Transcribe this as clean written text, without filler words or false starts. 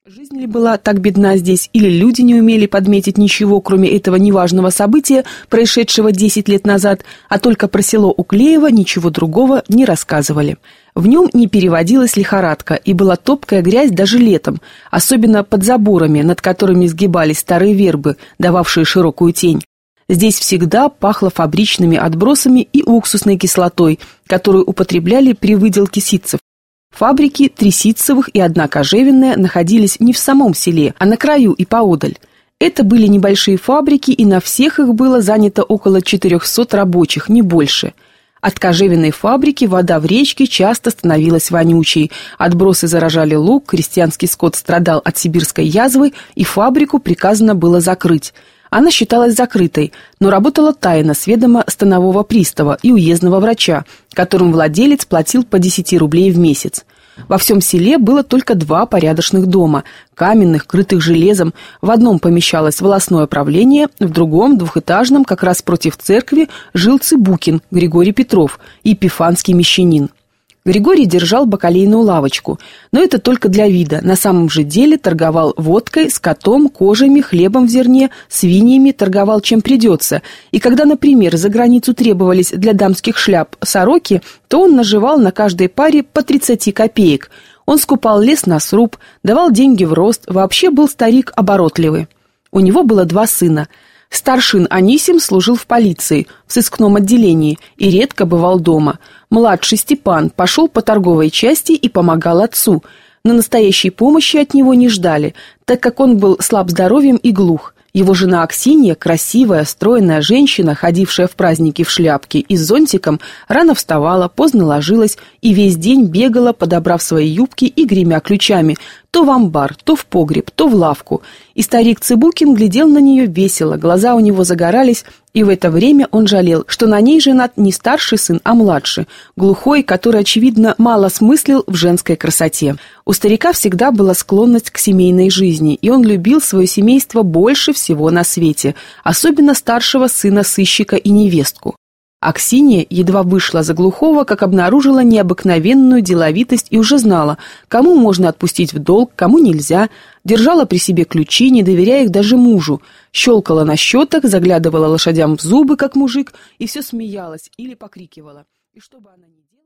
Жизнь ли была так бедна здесь, или люди не умели подметить ничего, кроме этого неважного события, происшедшего 10 лет назад, а только про село Уклеево ничего другого не рассказывали. В нем не переводилась лихорадка, и была топкая грязь даже летом, особенно под заборами, над которыми сгибались старые вербы, дававшие широкую тень. Здесь всегда пахло фабричными отбросами и уксусной кислотой, которую употребляли при выделке ситцев. Фабрики, 3 ситцевых и 1 кожевенная, находились не в самом селе, а на краю и поодаль. Это были небольшие фабрики, и на всех их было занято около 400 рабочих, не больше. От кожевенной фабрики вода в речке часто становилась вонючей, отбросы заражали луг, крестьянский скот страдал от сибирской язвы, и фабрику приказано было закрыть. Она считалась закрытой, но работала тайно с ведома станового пристава и уездного врача, которым владелец платил по 10 рублей в месяц. Во всем селе было только 2 порядочных дома, каменных, крытых железом. В одном помещалось волосное правление, в другом, двухэтажном, как раз против церкви, жил Цыбукин Григорий Петров, епифанский мещанин. Григорий держал бакалейную лавочку, но это только для вида. На самом же деле торговал водкой, скотом, кожами, хлебом в зерне, свиньями, торговал чем придется. И когда, например, за границу требовались для дамских шляп сороки, то он наживал на каждой паре по 30 копеек. Он скупал лес на сруб, давал деньги в рост, вообще был старик оборотливый. У него было 2 сына. Старшин Анисим служил в полиции, в сыскном отделении, и редко бывал дома. Младший Степан пошел по торговой части и помогал отцу, но настоящей помощи от него не ждали, так как он был слаб здоровьем и глух. Его жена Аксинья, красивая, стройная женщина, ходившая в праздники в шляпке и с зонтиком, рано вставала, поздно ложилась и весь день бегала, подобрав свои юбки и гремя ключами, то в амбар, то в погреб, то в лавку. И старик Цыбукин глядел на нее весело, глаза у него загорались, и в это время он жалел, что на ней женат не старший сын, а младший, глухой, который, очевидно, мало смыслил в женской красоте. У старика всегда была склонность к семейной жизни, и он любил свое семейство больше всего на свете, особенно старшего сына сыщика и невестку. Аксинья едва вышла за глухого, как обнаружила необыкновенную деловитость и уже знала, кому можно отпустить в долг, кому нельзя, держала при себе ключи, не доверяя их даже мужу, щелкала на счетах, заглядывала лошадям в зубы, как мужик, и все смеялась или покрикивала. И что бы она ни делала...